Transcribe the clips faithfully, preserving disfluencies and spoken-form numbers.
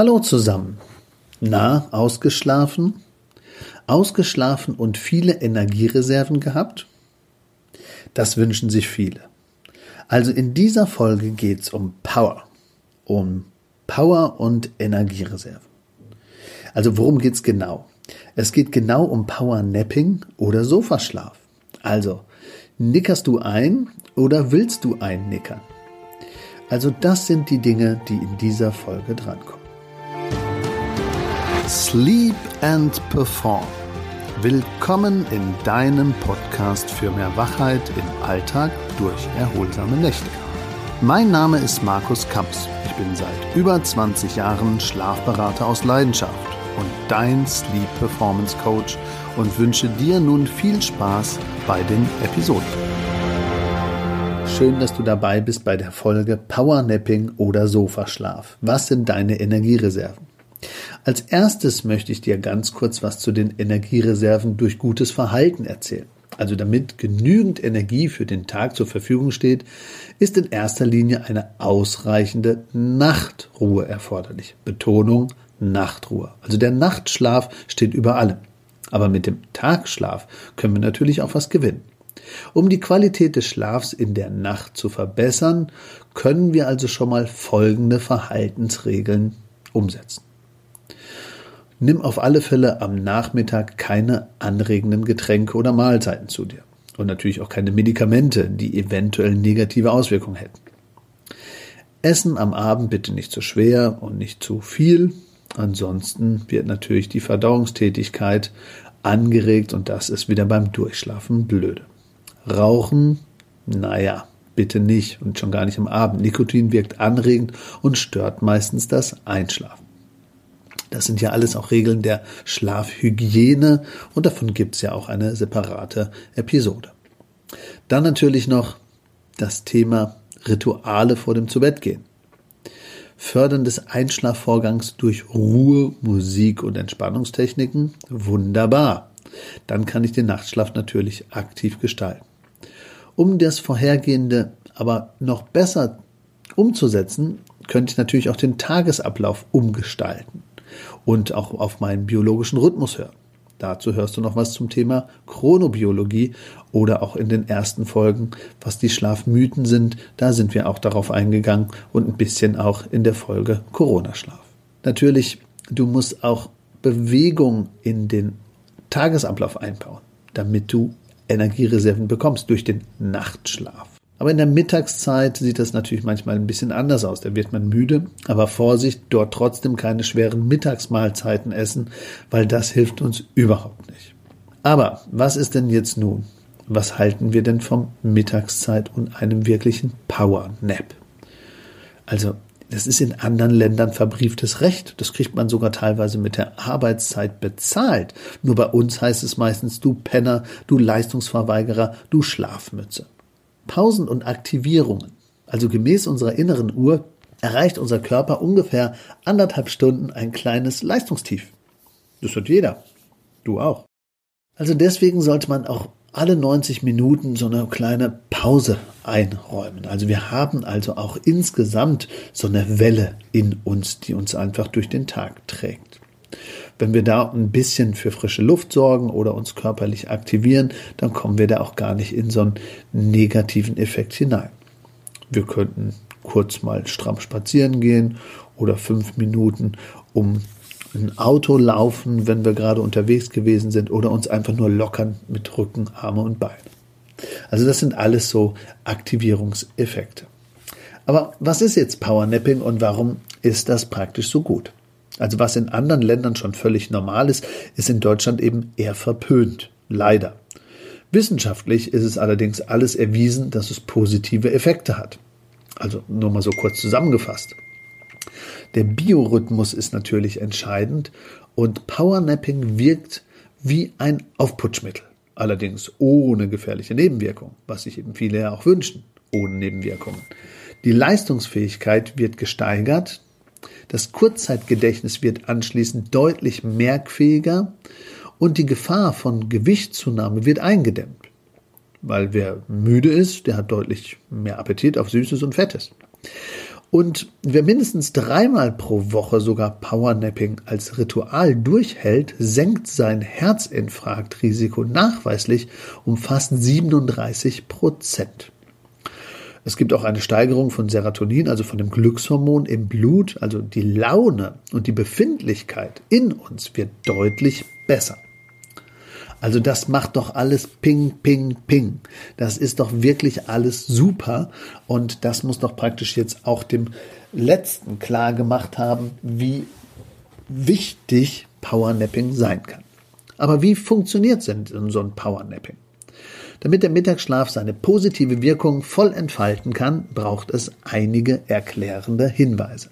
Hallo zusammen. Na, ausgeschlafen? Ausgeschlafen und viele Energiereserven gehabt? Das wünschen sich viele. Also in dieser Folge geht es um Power. Um Power und Energiereserven. Also worum geht es genau? Es geht genau um Powernapping oder Sofaschlaf. Also, nickerst du ein oder willst du einnickern? Also das sind die Dinge, die in dieser Folge drankommen. Sleep and Perform. Willkommen in deinem Podcast für mehr Wachheit im Alltag durch erholsame Nächte. Mein Name ist Markus Kamps. Ich bin seit über zwanzig Jahren Schlafberater aus Leidenschaft und dein Sleep Performance Coach und wünsche dir nun viel Spaß bei den Episoden. Schön, dass du dabei bist bei der Folge Powernapping oder Sofaschlaf. Was sind deine Energiereserven? Als erstes möchte ich dir ganz kurz was zu den Energiereserven durch gutes Verhalten erzählen. Also damit genügend Energie für den Tag zur Verfügung steht, ist in erster Linie eine ausreichende Nachtruhe erforderlich. Betonung, Nachtruhe. Also der Nachtschlaf steht über allem. Aber mit dem Tagschlaf können wir natürlich auch was gewinnen. Um die Qualität des Schlafs in der Nacht zu verbessern, können wir also schon mal folgende Verhaltensregeln umsetzen. Nimm auf alle Fälle am Nachmittag keine anregenden Getränke oder Mahlzeiten zu dir. Und natürlich auch keine Medikamente, die eventuell negative Auswirkungen hätten. Essen am Abend bitte nicht zu schwer und nicht zu viel. Ansonsten wird natürlich die Verdauungstätigkeit angeregt und das ist wieder beim Durchschlafen blöde. Rauchen, naja, bitte nicht und schon gar nicht am Abend. Nikotin wirkt anregend und stört meistens das Einschlafen. Das sind ja alles auch Regeln der Schlafhygiene und davon gibt es ja auch eine separate Episode. Dann natürlich noch das Thema Rituale vor dem Zubettgehen. Fördern des Einschlafvorgangs durch Ruhe, Musik und Entspannungstechniken, wunderbar. Dann kann ich den Nachtschlaf natürlich aktiv gestalten. Um das Vorhergehende aber noch besser umzusetzen, könnte ich natürlich auch den Tagesablauf umgestalten und auch auf meinen biologischen Rhythmus hören. Dazu hörst du noch was zum Thema Chronobiologie oder auch in den ersten Folgen, was die Schlafmythen sind. Da sind wir auch darauf eingegangen und ein bisschen auch in der Folge Corona-Schlaf. Natürlich, du musst auch Bewegung in den Tagesablauf einbauen, damit du Energiereserven bekommst durch den Nachtschlaf. Aber in der Mittagszeit sieht das natürlich manchmal ein bisschen anders aus. Da wird man müde, aber Vorsicht, dort trotzdem keine schweren Mittagsmahlzeiten essen, weil das hilft uns überhaupt nicht. Aber was ist denn jetzt nun? Was halten wir denn vom Mittagszeit und einem wirklichen Power-Nap? Also, das ist in anderen Ländern verbrieftes Recht. Das kriegt man sogar teilweise mit der Arbeitszeit bezahlt. Nur bei uns heißt es meistens, du Penner, du Leistungsverweigerer, du Schlafmütze. Pausen und Aktivierungen, also gemäß unserer inneren Uhr, erreicht unser Körper ungefähr anderthalb Stunden ein kleines Leistungstief. Das hat jeder. Du auch. Also deswegen sollte man auch alle neunzig Minuten so eine kleine Pause einräumen. Also wir haben also auch insgesamt so eine Welle in uns, die uns einfach durch den Tag trägt. Wenn wir da ein bisschen für frische Luft sorgen oder uns körperlich aktivieren, dann kommen wir da auch gar nicht in so einen negativen Effekt hinein. Wir könnten kurz mal stramm spazieren gehen oder fünf Minuten um ein Auto laufen, wenn wir gerade unterwegs gewesen sind oder uns einfach nur lockern mit Rücken, Arme und Beine. Also das sind alles so Aktivierungseffekte. Aber was ist jetzt Powernapping und warum ist das praktisch so gut? Also was in anderen Ländern schon völlig normal ist, ist in Deutschland eben eher verpönt. Leider. Wissenschaftlich ist es allerdings alles erwiesen, dass es positive Effekte hat. Also nur mal so kurz zusammengefasst. Der Biorhythmus ist natürlich entscheidend und Powernapping wirkt wie ein Aufputschmittel. Allerdings ohne gefährliche Nebenwirkungen, was sich eben viele ja auch wünschen, ohne Nebenwirkungen. Die Leistungsfähigkeit wird gesteigert. Das Kurzzeitgedächtnis wird anschließend deutlich merkfähiger und die Gefahr von Gewichtszunahme wird eingedämmt. Weil wer müde ist, der hat deutlich mehr Appetit auf Süßes und Fettes. Und wer mindestens dreimal pro Woche sogar Powernapping als Ritual durchhält, senkt sein Herzinfarktrisiko nachweislich um fast siebenunddreißig Prozent. Es gibt auch eine Steigerung von Serotonin, also von dem Glückshormon im Blut, also die Laune und die Befindlichkeit in uns wird deutlich besser. Also das macht doch alles ping, ping, ping. Das ist doch wirklich alles super und das muss doch praktisch jetzt auch dem Letzten klar gemacht haben, wie wichtig Powernapping sein kann. Aber wie funktioniert denn so ein Powernapping? Damit der Mittagsschlaf seine positive Wirkung voll entfalten kann, braucht es einige erklärende Hinweise.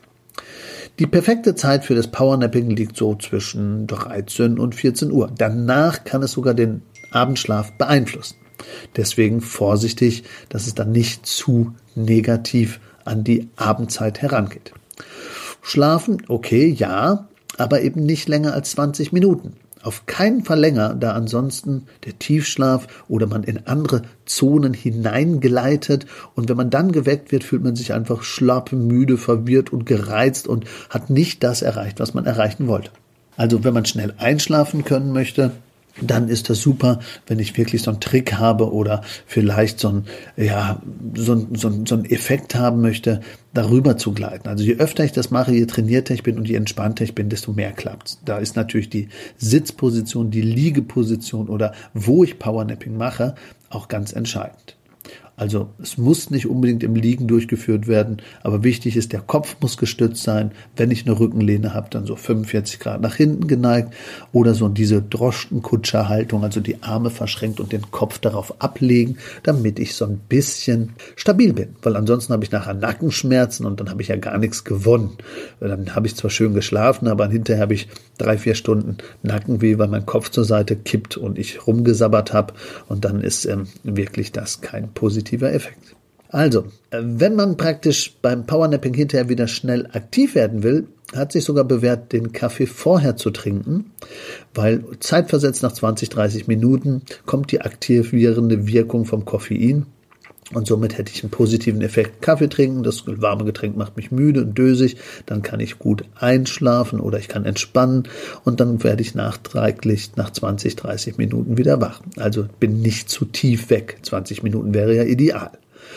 Die perfekte Zeit für das Powernapping liegt so zwischen dreizehn und vierzehn Uhr. Danach kann es sogar den Abendschlaf beeinflussen. Deswegen vorsichtig, dass es dann nicht zu negativ an die Abendzeit herangeht. Schlafen, okay, ja, aber eben nicht länger als zwanzig Minuten. Auf keinen Fall länger, da ansonsten der Tiefschlaf oder man in andere Zonen hineingleitet und wenn man dann geweckt wird, fühlt man sich einfach schlapp, müde, verwirrt und gereizt und hat nicht das erreicht, was man erreichen wollte. Also wenn man schnell einschlafen können möchte, dann ist das super, wenn ich wirklich so einen Trick habe oder vielleicht so einen, ja, so einen, so einen, so einen Effekt haben möchte, darüber zu gleiten. Also je öfter ich das mache, je trainierter ich bin und je entspannter ich bin, desto mehr klappt's. Da ist natürlich die Sitzposition, die Liegeposition oder wo ich Powernapping mache, auch ganz entscheidend. Also es muss nicht unbedingt im Liegen durchgeführt werden, aber wichtig ist, der Kopf muss gestützt sein. Wenn ich eine Rückenlehne habe, dann so fünfundvierzig Grad nach hinten geneigt oder so diese Droschkenkutscherhaltung, also die Arme verschränkt und den Kopf darauf ablegen, damit ich so ein bisschen stabil bin. Weil ansonsten habe ich nachher Nackenschmerzen und dann habe ich ja gar nichts gewonnen. Dann habe ich zwar schön geschlafen, aber hinterher habe ich drei, vier Stunden Nackenweh, weil mein Kopf zur Seite kippt und ich rumgesabbert habe und dann ist ähm, wirklich das kein positiver Effekt. Also, wenn man praktisch beim Powernapping hinterher wieder schnell aktiv werden will, hat sich sogar bewährt, den Kaffee vorher zu trinken, weil zeitversetzt nach zwanzig, dreißig Minuten kommt die aktivierende Wirkung vom Koffein und somit hätte ich einen positiven Effekt. Kaffee trinken, das warme Getränk macht mich müde und dösig, dann kann ich gut einschlafen oder ich kann entspannen und dann werde ich nachträglich nach zwanzig, dreißig Minuten wieder wach. Also bin nicht zu tief weg. zwanzig Minuten wäre ja ideal.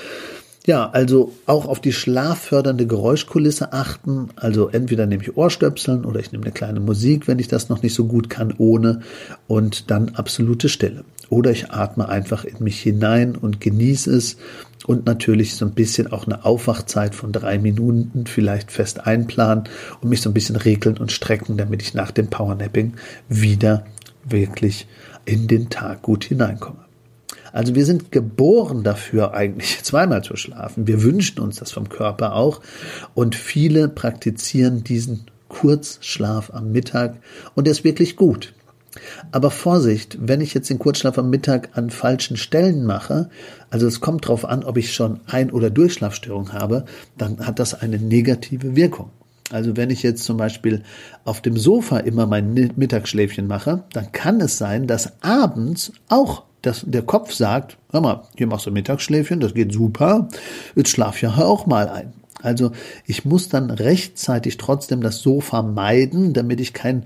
Ja, also auch auf die schlaffördernde Geräuschkulisse achten. Also entweder nehme ich Ohrstöpseln oder ich nehme eine kleine Musik, wenn ich das noch nicht so gut kann, ohne und dann absolute Stille. Oder ich atme einfach in mich hinein und genieße es und natürlich so ein bisschen auch eine Aufwachzeit von drei Minuten vielleicht fest einplanen und mich so ein bisschen regeln und strecken, damit ich nach dem Powernapping wieder wirklich in den Tag gut hineinkomme. Also wir sind geboren dafür, eigentlich zweimal zu schlafen. Wir wünschen uns das vom Körper auch und viele praktizieren diesen Kurzschlaf am Mittag und der ist wirklich gut. Aber Vorsicht, wenn ich jetzt den Kurzschlaf am Mittag an falschen Stellen mache, also es kommt darauf an, ob ich schon Ein- oder Durchschlafstörung habe, dann hat das eine negative Wirkung. Also wenn ich jetzt zum Beispiel auf dem Sofa immer mein Mittagsschläfchen mache, dann kann es sein, dass abends auch das, der Kopf sagt, hör mal, hier machst du Mittagsschläfchen, das geht super, jetzt schlaf ja auch mal ein. Also ich muss dann rechtzeitig trotzdem das Sofa meiden, damit ich kein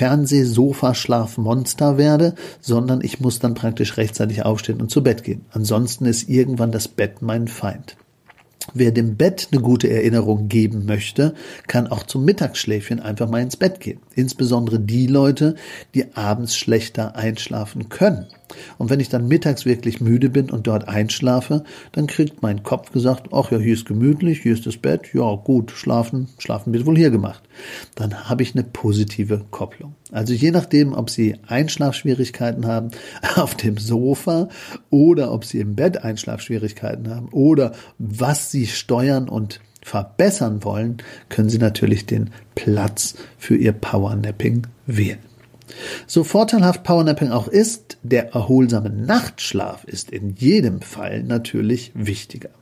Fernseh-Sofa-Schlafmonster werde, sondern ich muss dann praktisch rechtzeitig aufstehen und zu Bett gehen. Ansonsten ist irgendwann das Bett mein Feind. Wer dem Bett eine gute Erinnerung geben möchte, kann auch zum Mittagsschläfchen einfach mal ins Bett gehen. Insbesondere die Leute, die abends schlechter einschlafen können. Und wenn ich dann mittags wirklich müde bin und dort einschlafe, dann kriegt mein Kopf gesagt, ach ja, hier ist gemütlich, hier ist das Bett, ja gut, schlafen, schlafen wird wohl hier gemacht. Dann habe ich eine positive Kopplung. Also je nachdem, ob Sie Einschlafschwierigkeiten haben auf dem Sofa oder ob Sie im Bett Einschlafschwierigkeiten haben oder was Sie steuern und verbessern wollen, können Sie natürlich den Platz für Ihr Powernapping wählen. So vorteilhaft Powernapping auch ist, der erholsame Nachtschlaf ist in jedem Fall natürlich wichtiger.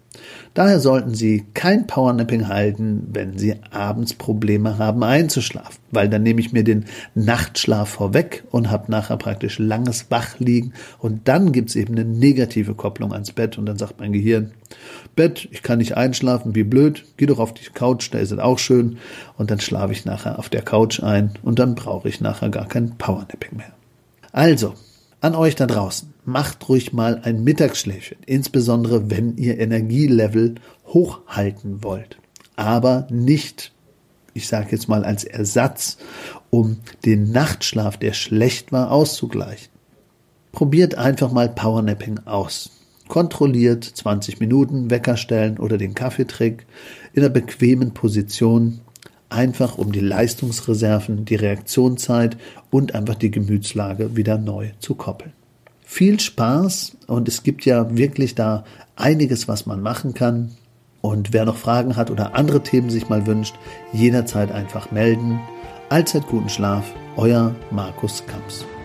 Daher sollten Sie kein Powernapping halten, wenn Sie abends Probleme haben einzuschlafen, weil dann nehme ich mir den Nachtschlaf vorweg und habe nachher praktisch langes Wachliegen und dann gibt es eben eine negative Kopplung ans Bett und dann sagt mein Gehirn, Bett, ich kann nicht einschlafen, wie blöd, geh doch auf die Couch, da ist es auch schön und dann schlafe ich nachher auf der Couch ein und dann brauche ich nachher gar kein Powernapping mehr. Also, an euch da draußen, macht ruhig mal ein Mittagsschläfchen, insbesondere wenn ihr Energielevel hochhalten wollt. Aber nicht, ich sage jetzt mal als Ersatz, um den Nachtschlaf, der schlecht war, auszugleichen. Probiert einfach mal Powernapping aus. Kontrolliert zwanzig Minuten Wecker stellen oder den Kaffeetrick in einer bequemen Position, einfach um die Leistungsreserven, die Reaktionszeit und einfach die Gemütslage wieder neu zu koppeln. Viel Spaß und es gibt ja wirklich da einiges, was man machen kann. Und wer noch Fragen hat oder andere Themen sich mal wünscht, jederzeit einfach melden. Allzeit guten Schlaf, euer Markus Kamps.